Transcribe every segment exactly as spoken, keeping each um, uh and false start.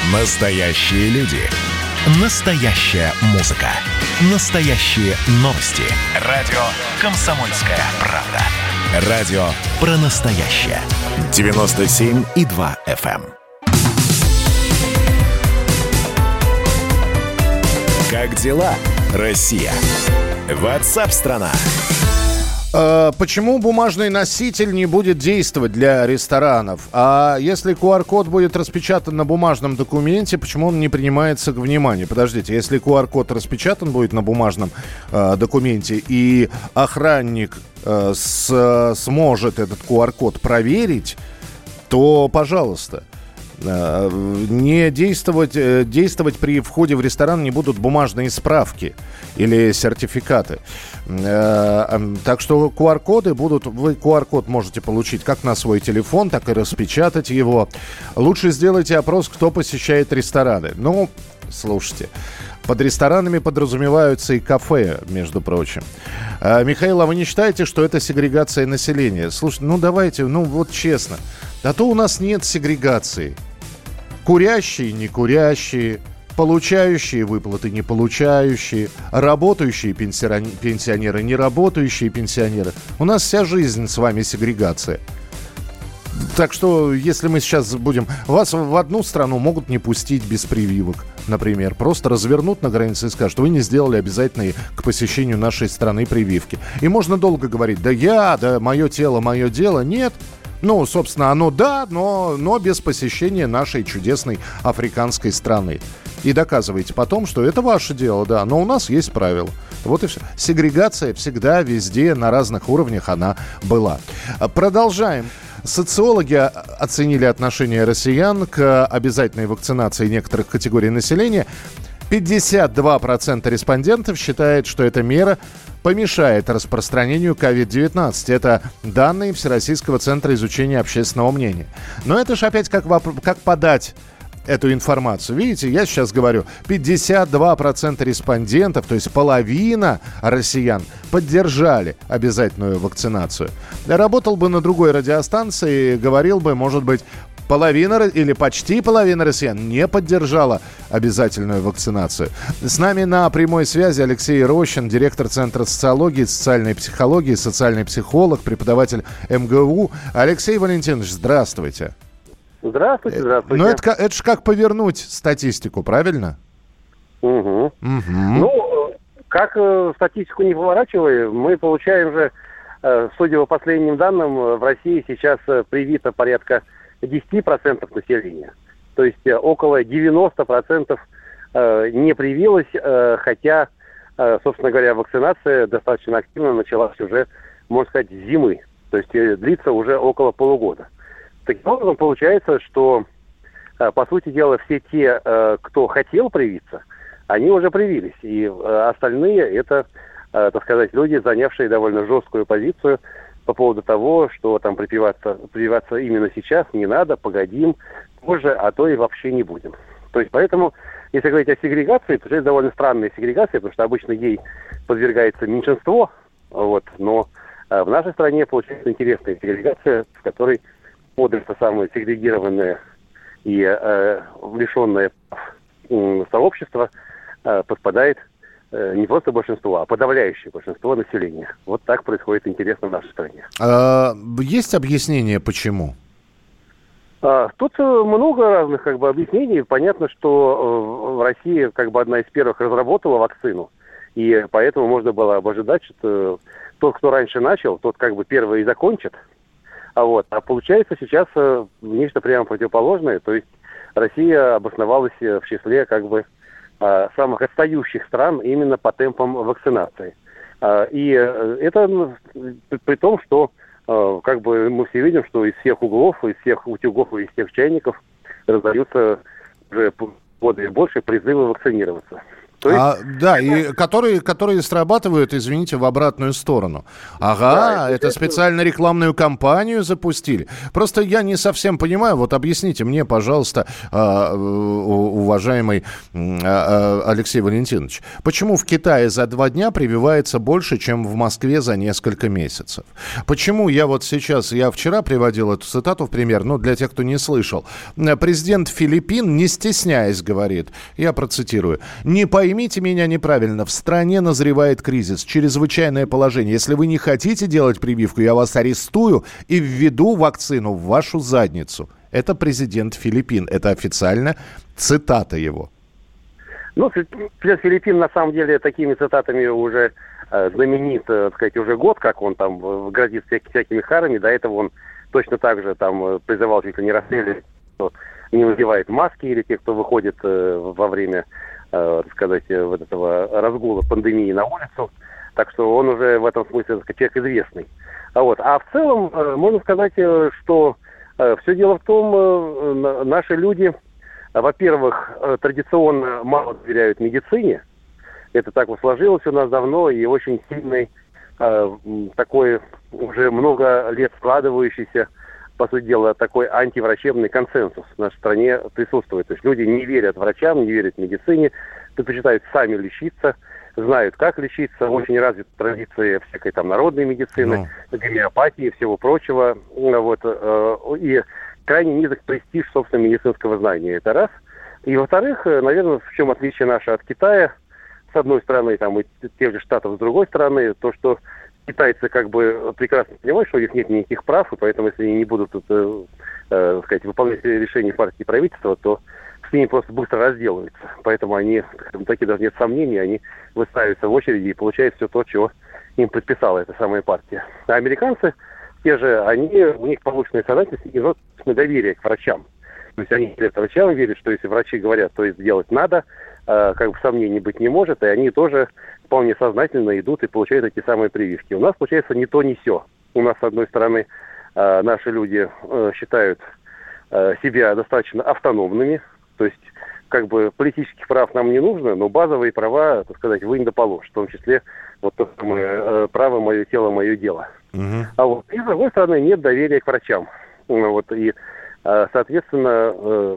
Настоящие люди. Настоящая музыка. Настоящие новости. Радио «Комсомольская правда». Радио про настоящее. девяносто семь и два эф эм. Как дела, Россия? Ватсап-страна! Почему бумажный носитель не будет действовать для ресторанов? А если ку ар-код будет распечатан на бумажном документе, почему он не принимается к вниманию? Подождите, если ку ар-код распечатан будет на бумажном э, документе, и охранник э, с, сможет этот ку ар-код проверить, то, пожалуйста. Не действовать, действовать при входе в ресторан не будут бумажные справки или сертификаты. Так что ку ар-коды будут... Вы ку ар-код можете получить как на свой телефон, так и распечатать его. Лучше сделайте опрос, кто посещает рестораны. Ну, слушайте... Под ресторанами подразумеваются и кафе, между прочим. А, Михаил, а вы не считаете, что это сегрегация населения? Слушайте, ну давайте, ну вот честно. А то у нас нет сегрегации. Курящие, не курящие, получающие выплаты, не получающие, работающие пенсионеры, не работающие пенсионеры. У нас вся жизнь с вами сегрегация. Так что, если мы сейчас будем... Вас в одну страну могут не пустить без прививок, например. Просто развернут на границе и скажут, вы не сделали обязательные к посещению нашей страны прививки. И можно долго говорить, да я, да мое тело, мое дело. Нет. Ну, собственно, оно да, но, но без посещения нашей чудесной африканской страны. И доказываете потом, что это ваше дело, да, но у нас есть правила. Вот и все. Сегрегация всегда, везде, на разных уровнях она была. Продолжаем. Социологи оценили отношение россиян к обязательной вакцинации некоторых категорий населения. пятьдесят два процента респондентов считают, что эта мера помешает распространению ковид девятнадцать. Это данные Всероссийского центра изучения общественного мнения. Но это же опять как, воп- как подать эту информацию. Видите, я сейчас говорю, пятьдесят два процента респондентов, то есть половина россиян, поддержали обязательную вакцинацию. Работал бы на другой радиостанции, говорил бы, может быть, половина или почти половина россиян не поддержала обязательную вакцинацию. С нами на прямой связи Алексей Рощин, директор Центра социологии, социальной психологии, социальный психолог, преподаватель эм гэ у. Алексей Валентинович, здравствуйте. Здравствуйте, здравствуйте. Ну, это, это же как повернуть статистику, правильно? Угу. Угу. Ну, как э, статистику не поворачивая, мы получаем же, э, судя по последним данным, в России сейчас э, привито порядка десять процентов населения. То есть э, около девяносто процентов э, не привилось, э, хотя, э, собственно говоря, вакцинация достаточно активно началась уже, можно сказать, с зимы. То есть э, длится уже около полугода. Таким образом, получается, что, по сути дела, все те, кто хотел привиться, они уже привились. И остальные – это, так сказать, люди, занявшие довольно жесткую позицию по поводу того, что там прививаться, прививаться именно сейчас не надо, погодим, позже, а то и вообще не будем. То есть, поэтому, если говорить о сегрегации, то это довольно странная сегрегация, потому что обычно ей подвергается меньшинство, вот, но в нашей стране получается интересная сегрегация, в которой под это самое сегрегированное и э, лишенное э, сообщество э, подпадает э, не просто большинство, а подавляющее большинство населения. Вот так происходит интересно в нашей стране. А, есть объяснение, почему? А, тут много разных как бы объяснений. Понятно, что э, в России как бы одна из первых разработала вакцину, и поэтому можно было ожидать, что тот, кто раньше начал, тот как бы первый и закончит. А, вот. а получается сейчас э, нечто прямо противоположное, то есть Россия обосновалась в числе как бы э, самых отстающих стран именно по темпам вакцинации. Э, и э, это ну, при том, что э, как бы мы все видим, что из всех углов, из всех утюгов и из всех чайников раздаются уже годы и больше призывы вакцинироваться. То есть... а, да, и которые, которые срабатывают, извините, в обратную сторону. Ага, да, это, это специально рекламную кампанию запустили. Просто я не совсем понимаю. Вот объясните мне, пожалуйста, уважаемый Алексей Валентинович, почему в Китае за два дня прививается больше, чем в Москве за несколько месяцев? Почему я вот сейчас, я вчера приводил эту цитату в пример, но для тех, кто не слышал. Президент Филиппин, не стесняясь, говорит, я процитирую, «Не поймите меня неправильно, в стране назревает кризис, чрезвычайное положение. Если вы не хотите делать прививку, я вас арестую и введу вакцину в вашу задницу». Это президент Филиппин, это официально цитата его. Ну, президент Филиппин на самом деле такими цитатами уже э, знаменит, э, так сказать, уже год, как он там э, грозит всякими, всякими харами. До этого он точно так же там э, призывал чуть ли не расстреливать, кто не надевает маски, или те, кто выходит э, во время, э, так сказать, э, вот этого разгула пандемии на улицу. Так что он уже в этом смысле, так сказать, человек известный. А, вот. а в целом э, можно сказать, э, что э, все дело в том, э, наши люди... Во-первых, традиционно мало доверяют медицине. Это так вот сложилось у нас давно, и очень сильный э, такой уже много лет складывающийся, по сути дела, такой антиврачебный консенсус в нашей стране присутствует. То есть люди не верят врачам, не верят медицине, предпочитают сами лечиться, знают, как лечиться. Очень развита традиция всякой там народной медицины, no. гомеопатии и всего прочего. Вот, э, и крайне низок престиж, собственно, медицинского знания. Это раз. И, во-вторых, наверное, в чем отличие наше от Китая, с одной стороны, там, и тех же Штатов, с другой стороны, то, что китайцы как бы прекрасно понимают, что у них нет никаких прав, и поэтому, если они не будут, тут, э, э, сказать, выполнять решения партии и правительства, то с ними просто быстро разделываются. Поэтому они, такие даже нет сомнений, они выстраиваются в очереди и получают все то, чего им предписала эта самая партия. А американцы, те же, они, у них повышенная сознательность и собственно, доверие к врачам. То есть они верят врачам, верят, что если врачи говорят, то это делать надо, э, как бы сомнений быть не может, и они тоже вполне сознательно идут и получают эти самые прививки. У нас получается ни то, ни сё. У нас, с одной стороны, э, наши люди э, считают э, себя достаточно автономными, то есть как бы политических прав нам не нужно, но базовые права, так сказать, вынь да положь, в том числе вот то самое э, право мое тело, мое дело. Uh-huh. А вот и с другой стороны нет доверия к врачам. Вот и э, соответственно э,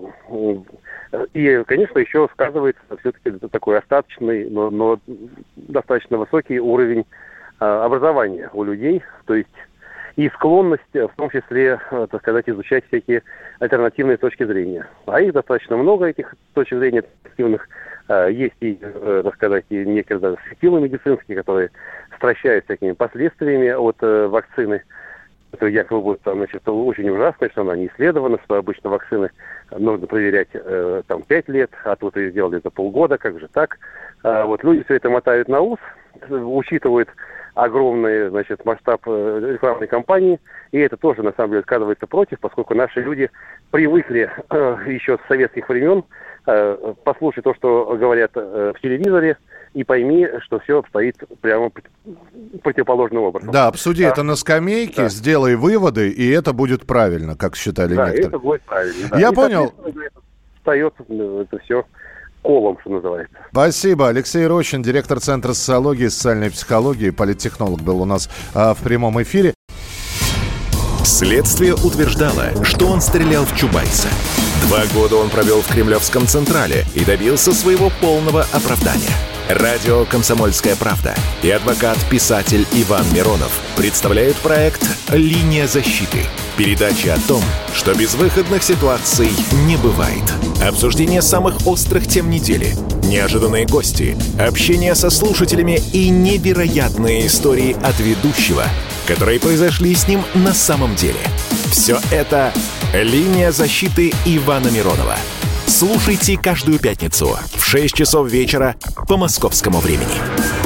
и, конечно, еще сказывается все-таки такой остаточный, но, но достаточно высокий уровень э, образования у людей, то есть и склонность, в том числе, так сказать, изучать всякие альтернативные точки зрения. А их достаточно много, этих точек зрения альтернативных. Есть и, так сказать, и некие даже светила медицинские, которые стращают всякими последствиями от вакцины. Это якобы будет, там, значит, очень ужасно, что она не исследована, что обычно вакцины нужно проверять там пять лет, а тут ее сделали за полгода, как же так? Вот люди все это мотают на ус, учитывают огромный, значит, масштаб рекламной кампании, и это тоже, на самом деле, сказывается против, поскольку наши люди привыкли э, еще с советских времен э, послушать то, что говорят э, в телевизоре, и пойми, что все обстоит прямо противоположным образом. Да, обсуди а, это на скамейке, да. Сделай выводы, и это будет правильно, как считали да, некоторые. Да, это будет правильно. Да. Я и, понял. Встает это все колом, что называется. Спасибо. Алексей Рощин, директор Центра социологии и социальной психологии, политтехнолог, был у нас а, в прямом эфире. Следствие утверждало, что он стрелял в Чубайса. Два года он провел в Кремлевском Централе и добился своего полного оправдания. Радио «Комсомольская правда» и адвокат-писатель Иван Миронов представляют проект «Линия защиты». Передача о том, что безвыходных ситуаций не бывает. Обсуждение самых острых тем недели, неожиданные гости, общение со слушателями и невероятные истории от ведущего, которые произошли с ним на самом деле. Все это «Линия защиты» Ивана Миронова. Слушайте каждую пятницу в шесть часов вечера по московскому времени.